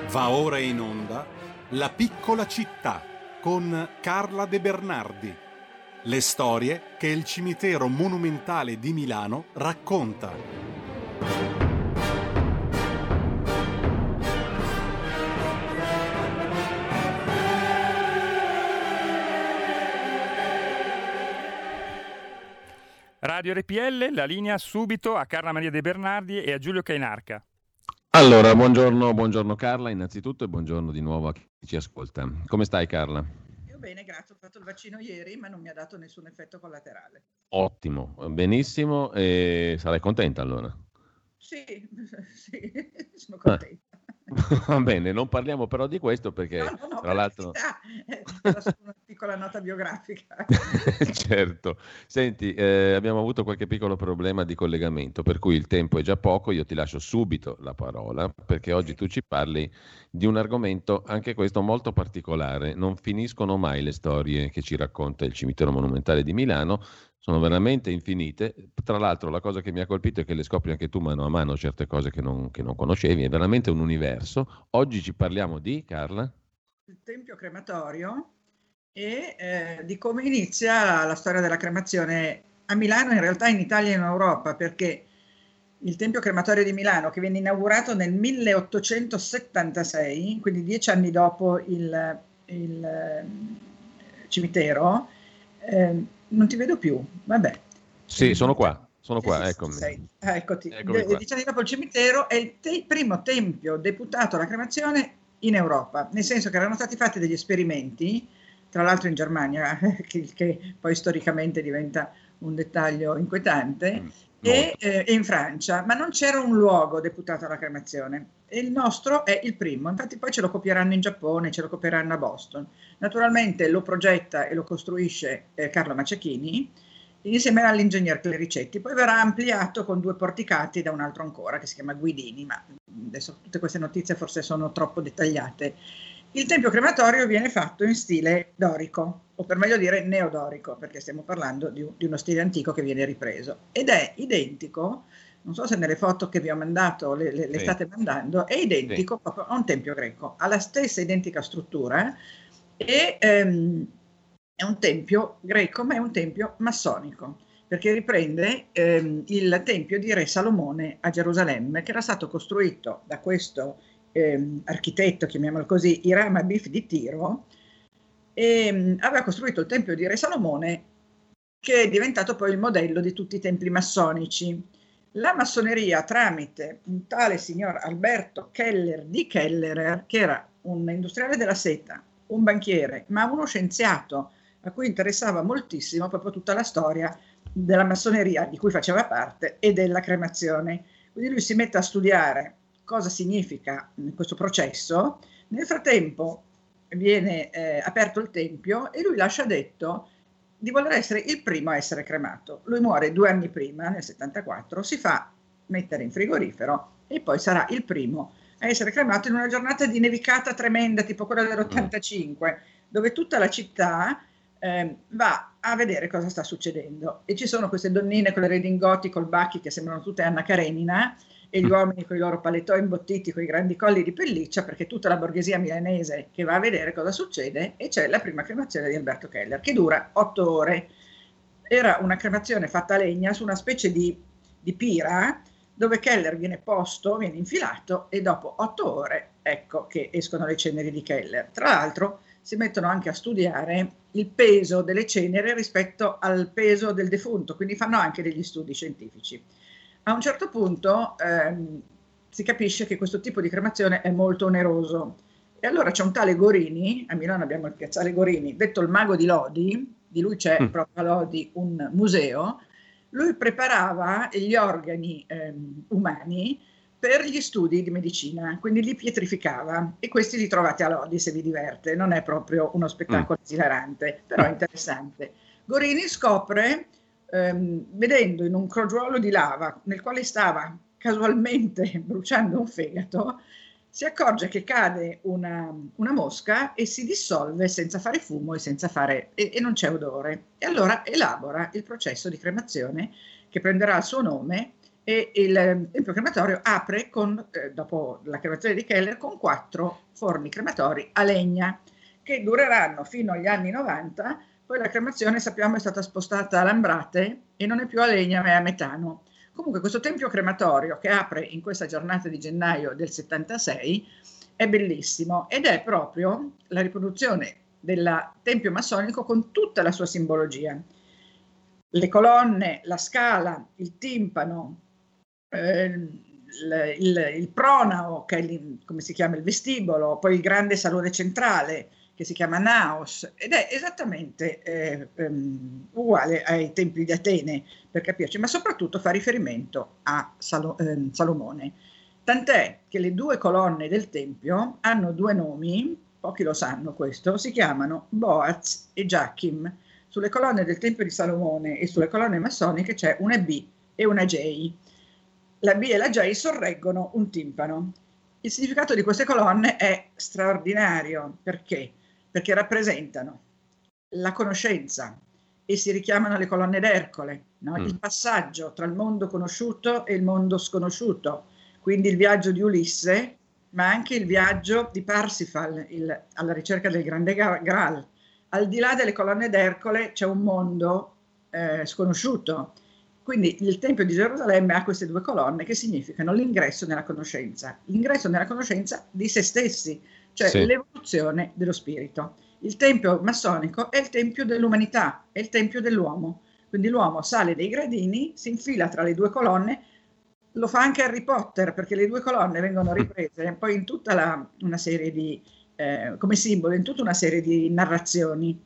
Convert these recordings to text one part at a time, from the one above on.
Va ora in onda La piccola città con Carla De Bernardi. Le storie che il cimitero monumentale di Milano racconta. Radio RPL, la linea subito a Carla Maria De Bernardi e a Giulio Cainarca. Allora, buongiorno Carla, innanzitutto, e buongiorno di nuovo a chi ci ascolta. Come stai, Carla? Io bene, grazie. Ho fatto il vaccino ieri, ma non mi ha dato nessun effetto collaterale. Ottimo, benissimo, e sarai contenta allora? Sì, sono contenta. Va bene, non parliamo però di questo perché No, tra l'altro una piccola nota biografica. Certo. Senti, abbiamo avuto qualche piccolo problema di collegamento, per cui il tempo è già poco, io ti lascio subito la parola perché oggi tu ci parli di un argomento, anche questo molto particolare. Non finiscono mai le storie che ci racconta il cimitero monumentale di Milano, sono veramente infinite. Tra l'altro la cosa che mi ha colpito è che le scopri anche tu mano a mano certe cose che non conoscevi, è veramente un universo. Oggi ci parliamo di, Carla? Il tempio crematorio e di come inizia la storia della cremazione a Milano, in realtà in Italia e in Europa, perché il tempio crematorio di Milano, che venne inaugurato nel 1876, quindi 10 anni dopo il cimitero, non ti vedo più, vabbè. Sì, sono qua, eccomi. Eccoti. Eccomi qua. 10 anni dopo il cimitero è il primo tempio deputato alla cremazione in Europa, nel senso che erano stati fatti degli esperimenti, tra l'altro in Germania, che poi storicamente diventa un dettaglio inquietante, e in Francia, ma non c'era un luogo deputato alla cremazione. E il nostro è il primo, infatti poi ce lo copieranno in Giappone, ce lo copieranno a Boston. Naturalmente lo progetta e lo costruisce Carlo Macciachini insieme all'ingegner Clericetti, poi verrà ampliato con 2 porticati da un altro ancora che si chiama Guidini, ma adesso tutte queste notizie forse sono troppo dettagliate. Il tempio crematorio viene fatto in stile dorico, o per meglio dire neodorico, perché stiamo parlando di uno stile antico che viene ripreso, ed è identico, non so se nelle foto che vi ho mandato le state mandando, è identico proprio a un tempio greco, ha la stessa identica struttura e è un tempio greco, ma è un tempio massonico, perché riprende il tempio di Re Salomone a Gerusalemme, che era stato costruito da questo architetto, chiamiamolo così, Hiram Abif di Tiro, e aveva costruito il tempio di Re Salomone, che è diventato poi il modello di tutti i templi massonici. La massoneria, tramite un tale signor Alberto Keller di Kellerer, che era un industriale della seta, un banchiere, ma uno scienziato a cui interessava moltissimo proprio tutta la storia della massoneria di cui faceva parte e della cremazione. Quindi lui si mette a studiare cosa significa questo processo. Nel frattempo viene aperto il tempio e lui lascia detto di voler essere il primo a essere cremato. Lui muore 2 anni prima, nel 74, si fa mettere in frigorifero e poi sarà il primo a essere cremato in una giornata di nevicata tremenda, tipo quella dell'85, dove tutta la città va a vedere cosa sta succedendo. E ci sono queste donnine con le redingoti, col bacchi, che sembrano tutte Anna Karenina, e gli uomini con i loro palettò imbottiti, con i grandi colli di pelliccia, perché tutta la borghesia milanese che va a vedere cosa succede, e c'è la prima cremazione di Alberto Keller, che dura 8 ore. Era una cremazione fatta a legna su una specie di pira, dove Keller viene posto, viene infilato, e dopo 8 ore, ecco che escono le ceneri di Keller. Tra l'altro si mettono anche a studiare il peso delle ceneri rispetto al peso del defunto, quindi fanno anche degli studi scientifici. A un certo punto si capisce che questo tipo di cremazione è molto oneroso, e allora c'è un tale Gorini, a Milano abbiamo il piazzale Gorini, detto il mago di Lodi, di lui c'è proprio a Lodi un museo. Lui preparava gli organi umani per gli studi di medicina, quindi li pietrificava, e questi li trovate a Lodi se vi diverte, non è proprio uno spettacolo esilarante, però è interessante. Gorini scopre, vedendo in un crogiuolo di lava nel quale stava casualmente bruciando un fegato, si accorge che cade una mosca e si dissolve senza fare fumo e senza fare e non c'è odore, e allora elabora il processo di cremazione che prenderà il suo nome e il tempio crematorio apre dopo la cremazione di Keller con 4 forni crematori a legna che dureranno fino agli anni 90. Poi la cremazione, sappiamo, è stata spostata a lambrate e non è più a legna ma è a metano. Comunque questo tempio crematorio che apre in questa giornata di gennaio del 76 è bellissimo ed è proprio la riproduzione del tempio massonico con tutta la sua simbologia. Le colonne, la scala, il timpano, il pronao, che è come si chiama il vestibolo, poi il grande salone centrale che si chiama Naos, ed è esattamente uguale ai templi di Atene, per capirci, ma soprattutto fa riferimento a Salomone. Tant'è che le 2 colonne del tempio hanno 2 nomi, pochi lo sanno questo, si chiamano Boaz e Giachim. Sulle colonne del tempio di Salomone e sulle colonne massoniche c'è una B e una J. La B e la J sorreggono un timpano. Il significato di queste colonne è straordinario. Perché? Perché rappresentano la conoscenza e si richiamano alle colonne d'Ercole, no? Il passaggio tra il mondo conosciuto e il mondo sconosciuto, quindi il viaggio di Ulisse, ma anche il viaggio di Parsifal alla ricerca del grande Graal. Al di là delle colonne d'Ercole c'è un mondo sconosciuto. Quindi il Tempio di Gerusalemme ha queste 2 colonne che significano l'ingresso nella conoscenza di se stessi, cioè sì, l'evoluzione dello spirito. Il Tempio massonico è il Tempio dell'umanità, è il Tempio dell'uomo. Quindi l'uomo sale dei gradini, si infila tra le 2 colonne, lo fa anche Harry Potter perché le 2 colonne vengono riprese poi in tutta una serie di, come simbolo, in tutta una serie di narrazioni.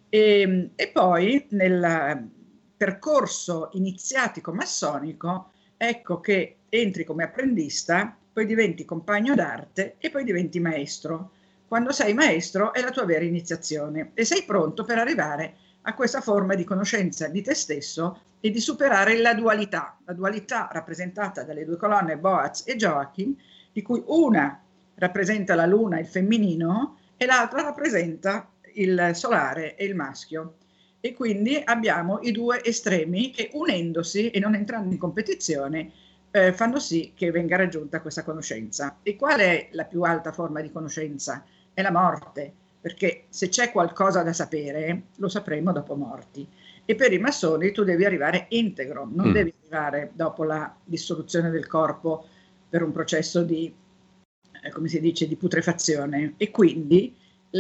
E poi nel percorso iniziatico massonico, ecco che entri come apprendista, poi diventi compagno d'arte e poi diventi maestro. Quando sei maestro è la tua vera iniziazione e sei pronto per arrivare a questa forma di conoscenza di te stesso e di superare la dualità rappresentata dalle 2 colonne Boaz e Joachim, di cui una rappresenta la luna, il femminino, e l'altra rappresenta il solare e il maschio. E quindi abbiamo i 2 estremi che, unendosi e non entrando in competizione, fanno sì che venga raggiunta questa conoscenza. E qual è la più alta forma di conoscenza? È la morte, perché se c'è qualcosa da sapere, lo sapremo dopo morti. E per i massoni tu devi arrivare integro, non devi arrivare dopo la dissoluzione del corpo per un processo di, come si dice, di putrefazione. E quindi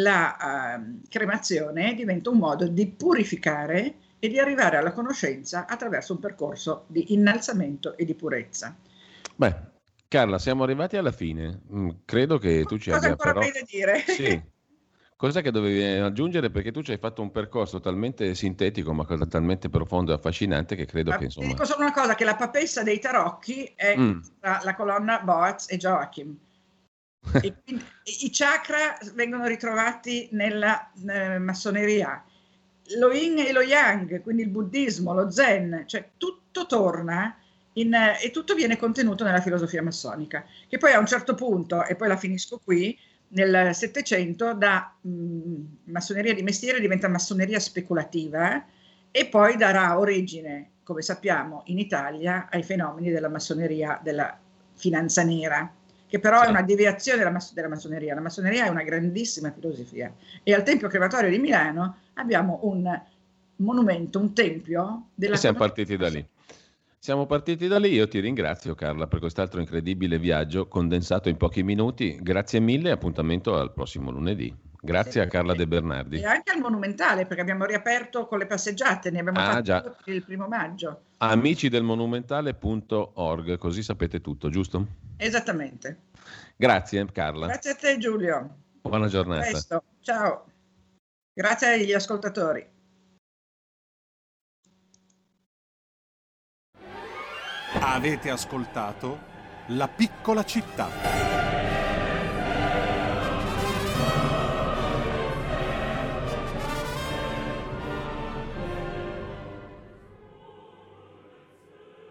la cremazione diventa un modo di purificare e di arrivare alla conoscenza attraverso un percorso di innalzamento e di purezza. Beh, Carla, siamo arrivati alla fine. Credo che tu ci abbia ancora da dire? Sì. Cosa che dovevi aggiungere? Perché tu ci hai fatto un percorso talmente sintetico, ma talmente profondo e affascinante che credo che insomma... Ti dico solo una cosa, che la papessa dei tarocchi è la colonna Boaz e Joachim. E quindi, i chakra vengono ritrovati nella massoneria, lo yin e lo yang, quindi il buddismo, lo zen, cioè tutto torna e tutto viene contenuto nella filosofia massonica, che poi a un certo punto, e poi la finisco qui, nel Settecento da massoneria di mestiere diventa massoneria speculativa e poi darà origine, come sappiamo, in Italia ai fenomeni della massoneria della finanza nera, che però è una deviazione della massoneria. La massoneria è una grandissima filosofia e al Tempio Crematorio di Milano abbiamo un monumento, un tempio della... E siamo partiti da lì. Siamo partiti da lì, io ti ringrazio Carla per quest'altro incredibile viaggio condensato in pochi minuti, grazie mille, appuntamento al prossimo lunedì. Grazie a Carla De Bernardi. E anche al Monumentale, perché abbiamo riaperto con le passeggiate, ne abbiamo fatto il 1° maggio. Amici del monumentale.org, così sapete tutto, giusto? Esattamente. Grazie Carla. Grazie a te Giulio. Buona giornata. Presto. Ciao. Grazie agli ascoltatori. Avete ascoltato La Piccola Città.